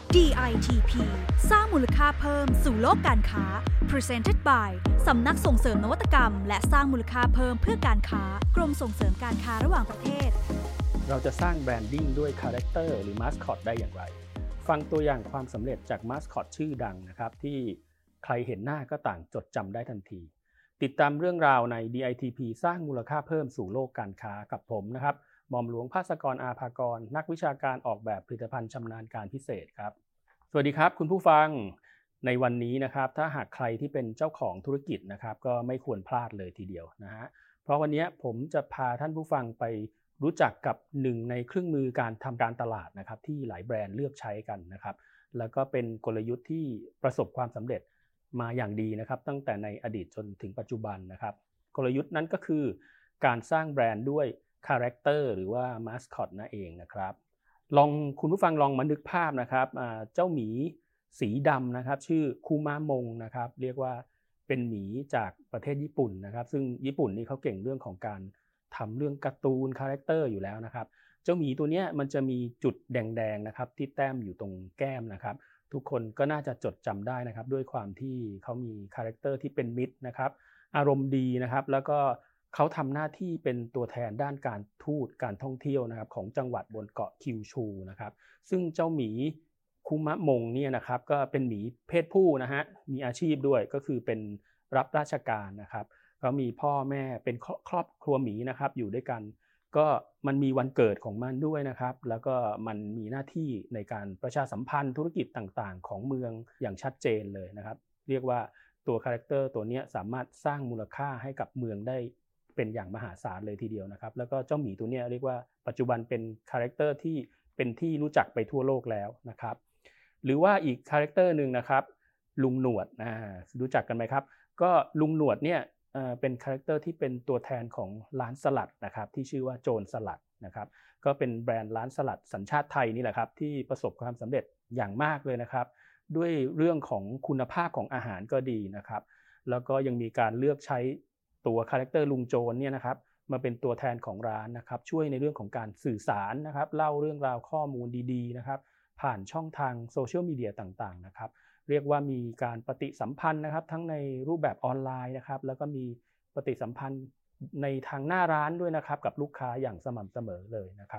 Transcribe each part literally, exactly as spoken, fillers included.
ดี ไอ ที พี สร้างมูลค่าเพิ่มสู่โลกการค้า Presented by สำนักส่งเสริมนวัตกรรมและสร้างมูลค่าเพิ่มเพื่อการค้ากรมส่งเสริมการค้าระหว่างประเทศเราจะสร้างแบรนดิ้งด้วยคาแรคเตอร์หรือมาสคอตได้อย่างไรฟังตัวอย่างความสำเร็จจากมาสคอตชื่อดังนะครับที่ใครเห็นหน้าก็ต่างจดจำได้ทันทีติดตามเรื่องราวใน ดี ไอ ที พี สร้างมูลค่าเพิ่มสู่โลกการค้ากับผมนะครับหม่อมหลวงภาสกรอาภากรนักวิชาการออกแบบผลิตภัณฑ์ชำนาญการพิเศษครับสวัสดีครับคุณผู้ฟังในวันนี้นะครับถ้าหากใครที่เป็นเจ้าของธุรกิจนะครับก็ไม่ควรพลาดเลยทีเดียวนะฮะเพราะวันนี้ผมจะพาท่านผู้ฟังไปรู้จักกับหนึ่งในเครื่องมือการทำการตลาดนะครับที่หลายแบรนด์เลือกใช้กันนะครับแล้วก็เป็นกลยุทธ์ที่ประสบความสำเร็จมาอย่างดีนะครับตั้งแต่ในอดีตจนถึงปัจจุบันนะครับกลยุทธ์นั้นก็คือการสร้างแบรนด์ด้วยคาแรคเตอร์หรือว่ามาสคอตนั่นเองนะครับลองคุณผู้ฟังลองมานึกภาพนะครับเจ้าหมีสีดำนะครับชื่อคูมามงนะครับเรียกว่าเป็นหมีจากประเทศญี่ปุ่นนะครับซึ่งญี่ปุ่นนี่เขาเก่งเรื่องของการทำเรื่องการ์ตูนคาแรคเตอร์อยู่แล้วนะครับเจ้าหมีตัวนี้มันจะมีจุดแดงๆนะครับที่แต้มอยู่ตรงแก้มนะครับทุกคนก็น่าจะจดจำได้นะครับด้วยความที่เขามีคาแรคเตอร์ที่เป็นมิตรนะครับอารมณ์ดีนะครับแล้วก็เขาทำหน้าที่เป็นตัวแทนด้านการทูตการท่องเที่ยวนะครับของจังหวัดบนเกาะคิวชูนะครับซึ่งเจ้าหมีคุมะมงเนี่ยนะครับก็เป็นหมีเพศผู้นะฮะมีอาชีพด้วยก็คือเป็นรับราชการนะครับเขามีพ่อแม่เป็นครอบครัวหมีนะครับอยู่ด้วยกันก็มันมีวันเกิดของมันด้วยนะครับแล้วก็มันมีหน้าที่ในการประชาสัมพันธ์ธุรกิจต่างๆของเมืองอย่างชัดเจนเลยนะครับเรียกว่าตัวคาแรคเตอร์ตัวนี้สามารถสร้างมูลค่าให้กับเมืองได้เป็นอย่างมหาศาลเลยทีเดียวนะครับแล้วก็เจ้าหมีตัวนี้เรียกว่าปัจจุบันเป็นคาแรคเตอร์ที่เป็นที่รู้จักไปทั่วโลกแล้วนะครับหรือว่าอีกคาแรคเตอร์นึงนะครับลุงหนวดอ่ารู้จักกันไหมครับก็ลุงหนวดเนี่ยเป็นคาแรคเตอร์ที่เป็นตัวแทนของร้านสลัดนะครับที่ชื่อว่าโจรสลัดนะครับก็เป็นแบรนด์ร้านสลัดสัญชาติไทยนี่แหละครับที่ประสบความสำเร็จอย่างมากเลยนะครับด้วยเรื่องของคุณภาพของอาหารก็ดีนะครับแล้วก็ยังมีการเลือกใช้ตัวคาแรคเตอร์ลุงโจรเนี่ยนะครับมาเป็นตัวแทนของร้านนะครับช่วยในเรื่องของการสื่อสารนะครับเล่าเรื่องราวข้อมูลดีๆนะครับผ่านช่องทางโซเชียลมีเดียต่างๆนะครับเรียกว่ามีการปฏิสัมพันธ์นะครับทั้งในรูปแบบออนไลน์นะครับแล้วก็มีปฏิสัมพันธ์ในทางหน้าร้านด้วยนะครับกับลูกค้าอย่างสม่ำเสมอเลยนะครับ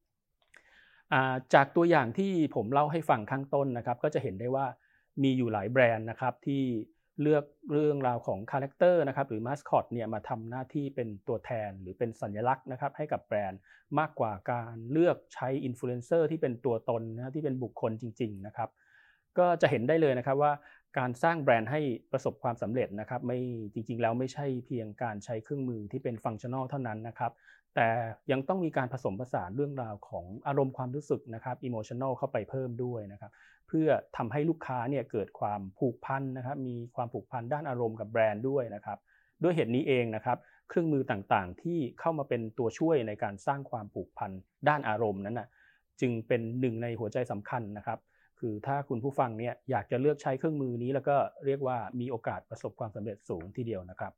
จากตัวอย่างที่ผมเล่าให้ฟังข้างต้นนะครับก็จะเห็นได้ว่ามีอยู่หลายแบรนด์นะครับที่เลือกเรื่องราวของคาแรคเตอร์นะครับหรือมาสคอตเนี่ยมาทำหน้าที่เป็นตัวแทนหรือเป็นสัญลักษณ์นะครับให้กับแบรนด์มากกว่าการเลือกใช้อินฟลูเอนเซอร์ที่เป็นตัวตนนะที่เป็นบุคคลจริงๆนะครับก็จะเห็นได้เลยนะครับว่าการสร้างแบรนด์ให้ประสบความสำเร็จนะครับไม่จริงๆแล้วไม่ใช่เพียงการใช้เครื่องมือที่เป็นฟังก์ชันนอลเท่านั้นนะครับแต่ยังต้องมีการผสมผสานเรื่องราวของอารมณ์ความรู้สึกนะครับอิโมชันนอลเข้าไปเพิ่มด้วยนะครับเพื่อทำให้ลูกค้าเนี่ยเกิดความผูกพันนะครับมีความผูกพันด้านอารมณ์กับแบรนด์ด้วยนะครับด้วยเหตุนี้เองนะครับเครื่องมือต่างๆที่เข้ามาเป็นตัวช่วยในการสร้างความผูกพันด้านอารมณ์นั้นนะจึงเป็นหนึ่งในหัวใจสำคัญนะครับคือถ้าคุณผู้ฟังเนี่ยอยากจะเลือกใช้เครื่องมือนี้แล้วก็เรียกว่ามีโอกาสประสบความสำเร็จสูงทีเดียวนะครับ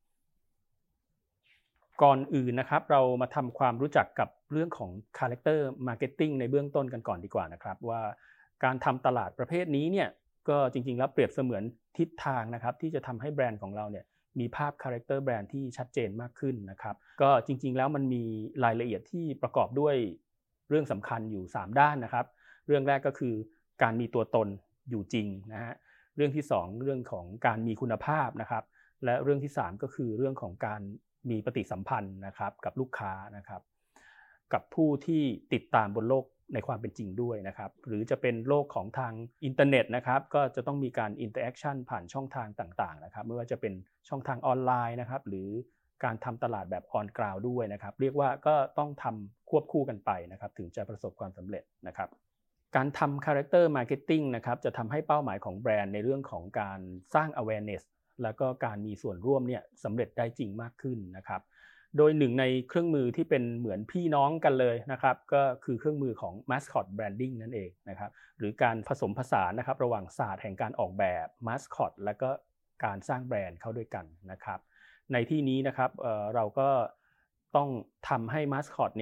ก่อนอื่นนะครับเรามาทำความรู้จักกับเรื่องของ Character Marketing ในเบื้องต้นกันก่อนดีกว่านะครับว่าการทำตลาดประเภทนี้เนี่ยก็จริงๆแล้วเปรียบเสมือนทิศทางนะครับที่จะทำให้แบรนด์ของเราเนี่ยมีภาพ Character แบรนด์ที่ชัดเจนมากขึ้นนะครับก็จริงๆแล้วมันมีรายละเอียดที่ประกอบด้วยเรื่องสำคัญอยู่สามด้านนะครับเรื่องแรกก็คือการมีตัวตนอยู่จริงนะฮะเรื่องที่สองเรื่องของการมีคุณภาพนะครับและเรื่องที่สามก็คือเรื่องของการมีปฏิสัมพันธ์นะครับกับลูกค้านะครับกับผู้ที่ติดตามบนโลกในความเป็นจริงด้วยนะครับหรือจะเป็นโลกของทางอินเทอร์เน็ตนะครับก็จะต้องมีการอินเตอร์แอคชั่นผ่านช่องทางต่างๆนะครับไม่ว่าจะเป็นช่องทางออนไลน์นะครับหรือการทำตลาดแบบออนกราวด์ด้วยนะครับเรียกว่าก็ต้องทำควบคู่กันไปนะครับถึงจะประสบความสำเร็จนะครับการทำ Character Marketing นะครับจะทำให้เป้าหมายของแบรนด์ในเรื่องของการสร้าง awareness แล้วก็การมีส่วนร่วมเนี่ยสำเร็จได้จริงมากขึ้นนะครับโดยหนึ่งในเครื่องมือที่เป็นเหมือนพี่น้องกันเลยนะครับก็คือเครื่องมือของ Mascot Branding นั่นเองนะครับหรือการผสมผสานนะครับระหว่างศาสตร์แห่งการออกแบบ Mascot และก็การสร้างแบรนด์เข้าด้วยกันนะครับในที่นี้นะครับ เอ่อ เราก็ต้องทำให้ Mascot เนี่ย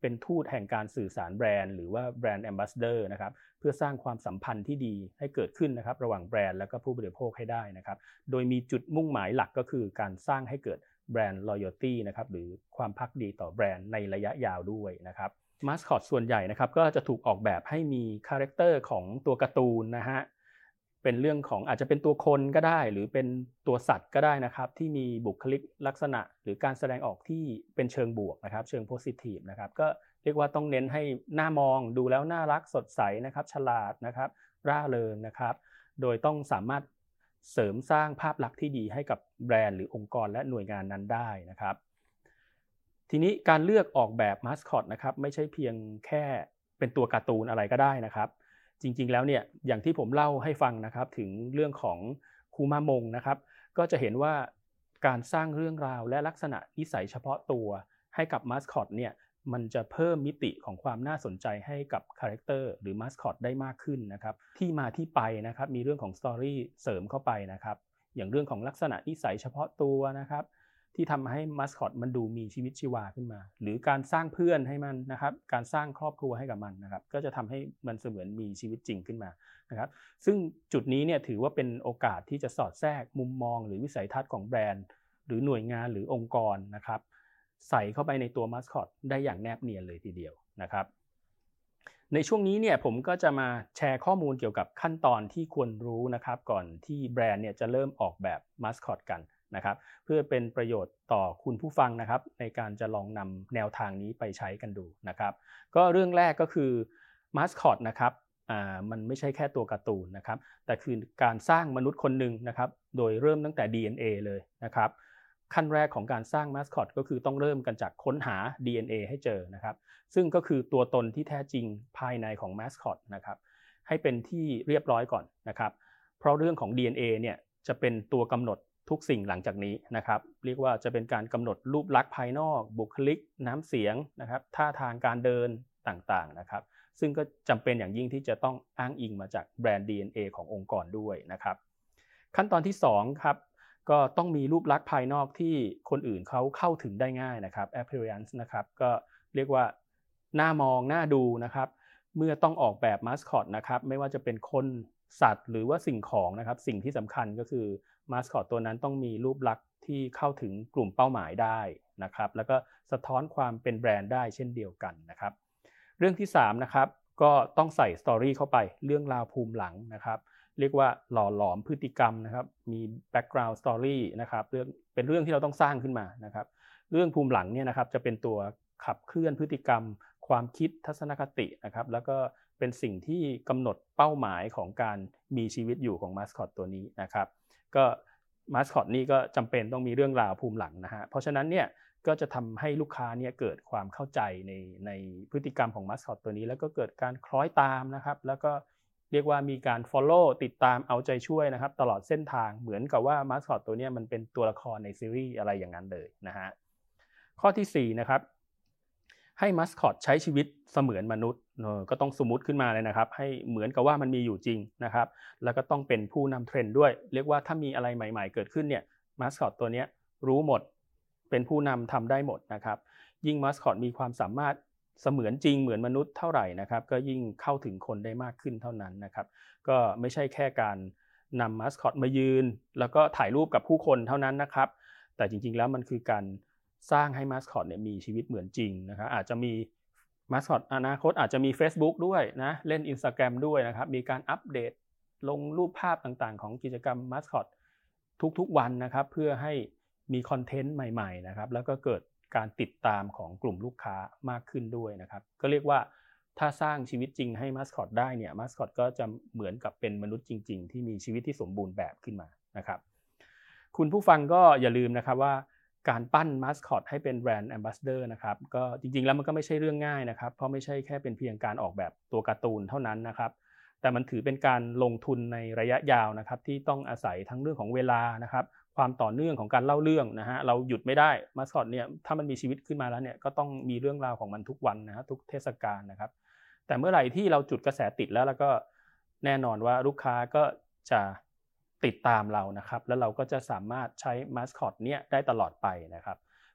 เป็นทูตแห่งการสื่อสารแบรนด์หรือว่าแบรนด์แอมบาสเดอร์นะครับเพื่อสร้างความสัมพันธ์ที่ดีให้เกิดขึ้นนะครับระหว่างแบรนด์และก็ผู้บริโภคให้ได้นะครับโดยมีจุดมุ่งหมายหลักก็คือการสร้างให้เกิดแบรนด์ loyalty นะครับหรือความภักดีต่อแบรนด์ในระยะยาวด้วยนะครับมาสคอตส่วนใหญ่นะครับก็จะถูกออกแบบให้มีคาแรคเตอร์ของตัวการ์ตูนนะฮะเป็นเรื่องของอาจจะเป็นตัวคนก็ได้หรือเป็นตัวสัตว์ก็ได้นะครับที่มีบุคลิกลักษณะหรือการแสดงออกที่เป็นเชิงบวกนะครับเชิงโพสิทีฟนะครับก็เรียกว่าต้องเน้นให้หน้ามองดูแล้วน่ารักสดใสนะครับฉลาดนะครับร่าเริงนะครับโดยต้องสามารถเสริมสร้างภาพลักษณ์ที่ดีให้กับแบรนด์หรือองค์กรและหน่วยงานนั้นได้นะครับทีนี้การเลือกออกแบบมาสคอตนะครับไม่ใช่เพียงแค่เป็นตัวการ์ตูนอะไรก็ได้นะครับจริงๆแล้วเนี่ยอย่างที่ผมเล่าให้ฟังนะครับถึงเรื่องของคูมามงนะครับก็จะเห็นว่าการสร้างเรื่องราวและลักษณะนิสัยเฉพาะตัวให้กับมาสคอตเนี่ยมันจะเพิ่มมิติของความน่าสนใจให้กับคาแรคเตอร์หรือมาสคอตได้มากขึ้นนะครับที่มาที่ไปนะครับมีเรื่องของสตอรี่เสริมเข้าไปนะครับอย่างเรื่องของลักษณะนิสัยเฉพาะตัวนะครับที่ทำให้มาสคอตมันดูมีชีวิตชีวาขึ้นมาหรือการสร้างเพื่อนให้มันนะครับการสร้างครอบครัวให้กับมันนะครับก็จะทำให้มันเสมือนมีชีวิตจริงขึ้นมานะครับซึ่งจุดนี้เนี่ยถือว่าเป็นโอกาสที่จะสอดแทรกมุมมองหรือวิสัยทัศน์ของแบรนด์หรือหน่วยงานหรือองค์กรนะครับใส่เข้าไปในตัวมาสคอตได้อย่างแนบเนียนเลยทีเดียวนะครับในช่วงนี้เนี่ยผมก็จะมาแชร์ข้อมูลเกี่ยวกับขั้นตอนที่ควรรู้นะครับก่อนที่แบรนด์เนี่ยจะเริ่มออกแบบมาสคอตกันนะครับเพื่อเป็นประโยชน์ต่อคุณผู้ฟังนะครับในการจะลองนำแนวทางนี้ไปใช้กันดูนะครับก็เรื่องแรกก็คือมาสคอตนะครับอ่ามันไม่ใช่แค่ตัวการ์ตูนนะครับแต่คือการสร้างมนุษย์คนหนึ่งนะครับโดยเริ่มตั้งแต่ ดี เอ็น เอ เลยนะครับขั้นแรกของการสร้างมาสคอตก็คือต้องเริ่มกันจากค้นหา ดี เอ็น เอ ให้เจอนะครับซึ่งก็คือตัวตนที่แท้จริงภายในของมาสคอตนะครับให้เป็นที่เรียบร้อยก่อนนะครับเพราะเรื่องของ ดี เอ็น เอ เนี่ยจะเป็นตัวกำหนดทุกสิ่งหลังจากนี้นะครับเรียกว่าจะเป็นการกำหนดรูปลักษณ์ภายนอกบุคลิกน้ำเสียงนะครับท่าทางการเดินต่างๆนะครับซึ่งก็จำเป็นอย่างยิ่งที่จะต้องอ้างอิงมาจากแบรนด์ ดี เอ็น เอ ขององค์กรด้วยนะครับขั้นตอนที่สองครับก็ต้องมีรูปลักษณ์ภายนอกที่คนอื่นเขาเข้าถึงได้ง่ายนะครับ appearance นะครับก็เรียกว่าน่ามองน่าดูนะครับเมื่อต้องออกแบบมาสคอตนะครับไม่ว่าจะเป็นคนสัตว์หรือว่าสิ่งของนะครับสิ่งที่สำคัญก็คือมาสคอตตัวนั้นต้องมีรูปลักษณ์ที่เข้าถึงกลุ่มเป้าหมายได้นะครับแล้วก็สะท้อนความเป็นแบรนด์ได้เช่นเดียวกันนะครับเรื่องที่สามนะครับก็ต้องใส่สตอรี่เข้าไปเรื่องราวภูมิหลังนะครับเรียกว่าหล่อหลอมพฤติกรรมนะครับมีแบ็กกราวด์สตอรี่นะครับเรื่องเป็นเรื่องที่เราต้องสร้างขึ้นมานะครับเรื่องภูมิหลังเนี่ยนะครับจะเป็นตัวขับเคลื่อนพฤติกรรมความคิดทัศนคตินะครับแล้วก็เป็นสิ่งที่กำหนดเป้าหมายของการมีชีวิตอยู่ของมาสคอตตัวนี้นะครับก็มาสคอตนี่ก็จำเป็นต้องมีเรื่องราวภูมิหลังนะฮะเพราะฉะนั้นเนี่ยก็จะทำให้ลูกค้าเนี่ยเกิดความเข้าใจในในพฤติกรรมของมาสคอตตัวนี้แล้วก็เกิดการคล้อยตามนะครับแล้วก็เรียกว่ามีการ follow ติดตามเอาใจช่วยนะครับตลอดเส้นทางเหมือนกับว่ามาสคอตตัวนี้มันเป็นตัวละครในซีรีส์อะไรอย่างนั้นเลยนะฮะข้อที่สี่นะครับให้มาสคอตใช้ชีวิตเสมือนมนุษย์เออก็ต้องสมมุติขึ้นมาเลยนะครับให้เหมือนกับว่ามันมีอยู่จริงนะครับแล้วก็ต้องเป็นผู้นำเทรนด์ด้วยเรียกว่าถ้ามีอะไรใหม่ๆเกิดขึ้นเนี่ยมาสคอตตัวนี้รู้หมดเป็นผู้นำทำได้หมดนะครับยิ่งมาสคอตมีความสามารถเสมือนจริงเหมือนมนุษย์เท่าไหร่นะครับก็ยิ่งเข้าถึงคนได้มากขึ้นเท่านั้นนะครับก็ไม่ใช่แค่การนำมาสคอตมายืนแล้วก็ถ่ายรูปกับผู้คนเท่านั้นนะครับแต่จริงๆแล้วมันคือการสร้างให้มาสคอตเนี่ยมีชีวิตเหมือนจริงนะครับอาจจะมีมาสคอตอนาคตอาจจะมี Facebook ด้วยนะเล่น Instagram ด้วยนะครับมีการอัปเดตลงรูปภาพต่างๆของกิจกรรมมาสคอตทุกๆวันนะครับเพื่อให้มีคอนเทนต์ใหม่ๆนะครับแล้วก็เกิดการติดตามของกลุ่มลูกค้ามากขึ้นด้วยนะครับก็เรียกว่าถ้าสร้างชีวิตจริงให้มาสคอตได้เนี่ยมาสคอตก็จะเหมือนกับเป็นมนุษย์จริงๆที่มีชีวิตที่สมบูรณ์แบบขึ้นมานะครับคุณผู้ฟังก็อย่าลืมนะครับว่าการปั้นมาสคอตให้เป็นแบรนด์แอมบาสเดอร์นะครับก็จริงๆแล้วมันก็ไม่ใช่เรื่องง่ายนะครับเพราะไม่ใช่แค่เป็นเพียงการออกแบบตัวการ์ตูนเท่านั้นนะครับแต่มันถือเป็นการลงทุนในระยะยาวนะครับที่ต้องอาศัยทั้งเรื่องของเวลานะครับความต่อเนื่องของการเล่าเรื่องนะฮะเราหยุดไม่ได้มาสคอตเนี่ยถ้ามันมีชีวิตขึ้นมาแล้วเนี่ยก็ต้องมีเรื่องราวของมันทุกวันนะฮะทุกเทศกาลนะครับแต่เมื่อไหร่ที่เราจุดกระแสติดแล้วแล้วก็แน่นอนว่าลูกค้าก็จะติดตามเรานะครับแล้วเราก็จะสามารถใช้มาสคอตเนี่ยได้ตลอดไปนะครับ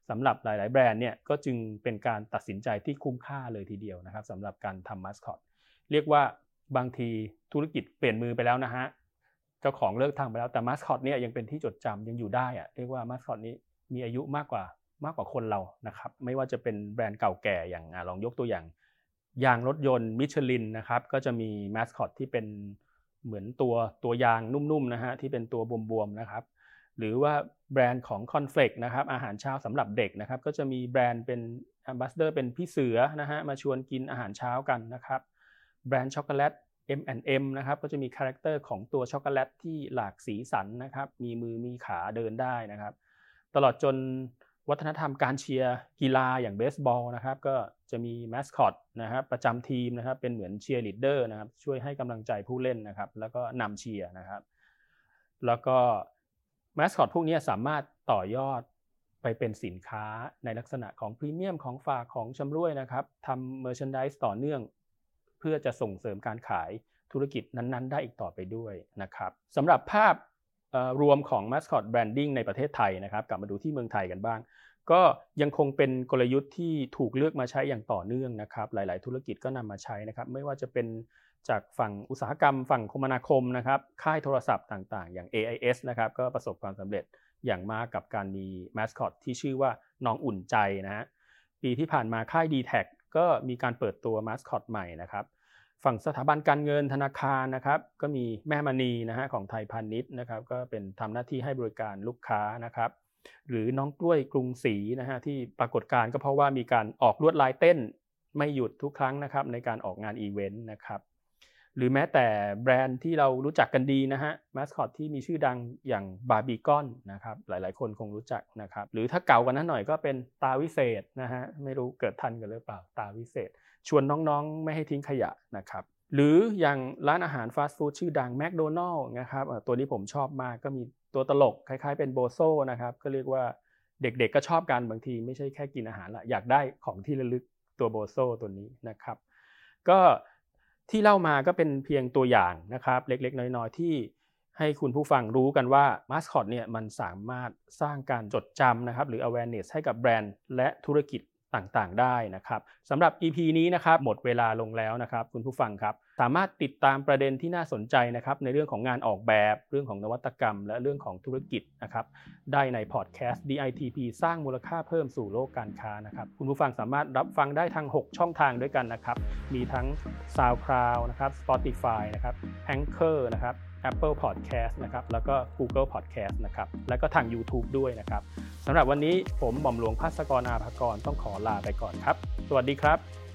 สำหรับหลายๆแบรนด์เนี่ยก็จึงเป็นการตัดสินใจที่คุ้มค่าเลยทีเดียวนะครับสำหรับการทำมาสคอตเรียกว่าบางทีธุรกิจเปลี่ยนมือไปแล้วนะฮะเจ้าของเลิกทำไปแล้วแต่มาสคอตเนี่ยยังเป็นที่จดจำยังอยู่ได้อะเรียกว่ามาสคอตนี้มีอายุมากกว่ามากกว่าคนเรานะครับไม่ว่าจะเป็นแบรนด์เก่าแก่อย่างลองยกตัวอย่างยางรถยนต์มิชลินนะครับก็จะมีมาสคอตที่เป็นเหมือนตัวตัวยางนุ่มๆนะฮะที่เป็นตัวบวมๆนะครับหรือว่าแบรนด์ของคอนเฟลกนะครับอาหารเช้าสำหรับเด็กนะครับก็จะมีแบรนด์เป็นแอมบาสเดอร์เป็นพี่เสือนะฮะมาชวนกินอาหารเช้ากันนะครับแบรนด์ช็อกโกแลต เอ็ม แอนด์ เอ็ม นะครับก็จะมีคาแรคเตอร์ของตัวช็อกโกแลตที่หลากสีสันนะครับมีมือมีขาเดินได้นะครับตลอดจนวัฒนธรรมการเชียร์กีฬาอย่างเบสบอลนะครับก็จะมีแมสคอตนะครับประจำทีมนะครับเป็นเหมือนเชียร์ลีดเดอร์นะครับช่วยให้กำลังใจผู้เล่นนะครับแล้วก็นำเชียร์นะครับแล้วก็แมสคอตพวกนี้สามารถต่อยอดไปเป็นสินค้าในลักษณะของพรีเมียมของฝากของชำร่วยนะครับทำเมอร์แชนไดส์ต่อเนื่องเพื่อจะส่งเสริมการขายธุรกิจนั้นๆได้อีกต่อไปด้วยนะครับสำหรับภาพรวมของ Mascot Branding ในประเทศไทยนะครับกลับมาดูที่เมืองไทยกันบ้างก็ยังคงเป็นกลยุทธ์ที่ถูกเลือกมาใช้อย่างต่อเนื่องนะครับหลายๆธุรกิจก็นำมาใช้นะครับไม่ว่าจะเป็นจากฝั่งอุตสาหกรรมฝั่งคมนาคมนะครับค่ายโทรศัพท์ต่างๆอย่าง เอ ไอ เอส นะครับก็ประสบความสำเร็จอย่างมากกับการมี Mascot ที่ชื่อว่าน้องอุ่นใจนะฮะปีที่ผ่านมาค่าย ดี แท็ก ก็มีการเปิดตัว Mascot ใหม่นะครับฝั่งสถาบันการเงินธนาคารนะครับก็มีแม่มณีนะฮะของไทยพาณิชย์นะครับก็เป็นทำหน้าที่ให้บริการลูกค้านะครับหรือน้องกล้วยกรุงศรีนะฮะที่ปรากฏการณ์ก็เพราะว่ามีการออกลวดลายเต้นไม่หยุดทุกครั้งนะครับในการออกงานอีเวนต์นะครับหรือแม้แต่แบรนด์ที่เรารู้จักกันดีนะฮะมาสคอตที่มีชื่อดังอย่างบาร์บีคอนนะครับหลายๆคนคงรู้จักนะครับหรือถ้าเก่ากว่านั้นหน่อยก็เป็นตาวิเศษนะฮะไม่รู้เกิดทันกันหรือเปล่าตาวิเศษชวนน้องๆไม่ให้ทิ้งขยะนะครับหรืออย่างร้านอาหารฟาสต์ฟู้ดชื่อดังแมคโดนัลด์นะครับตัวนี้ผมชอบมากก็มีตัวตลกคล้ายๆเป็นโบโซนะครับก็เรียกว่าเด็กๆก็ชอบกันบางทีไม่ใช่แค่กินอาหารละอยากได้ของที่ระลึกตัวโบโซตัวนี้นะครับก็ที่เล่ามาก็เป็นเพียงตัวอย่างนะครับเล็กๆน้อยๆที่ให้คุณผู้ฟังรู้กันว่ามาสคอตเนี่ยมันสามารถสร้างการจดจำนะครับหรือ awareness ให้กับแบรนด์และธุรกิจต่างๆได้นะครับสำหรับ อี พี นี้นะครับหมดเวลาลงแล้วนะครับคุณผู้ฟังครับสามารถติดตามประเด็นที่น่าสนใจนะครับในเรื่องของงานออกแบบเรื่องของนวัตกรรมและเรื่องของธุรกิจนะครับได้ในพอดแคสต์ ดี ไอ ที พี สร้างมูลค่าเพิ่มสู่โลกการค้านะครับคุณผู้ฟังสามารถรับฟังได้ทั้งหกช่องทางด้วยกันนะครับมีทั้ง SoundCloud นะครับ Spotify นะครับ Anchor นะครับ Apple Podcast นะครับแล้วก็ Google Podcast นะครับแล้วก็ทาง YouTube ด้วยนะครับสำหรับวันนี้ผมหม่อมหลวงภาสกร อาภากรต้องขอลาไปก่อนครับสวัสดีครับ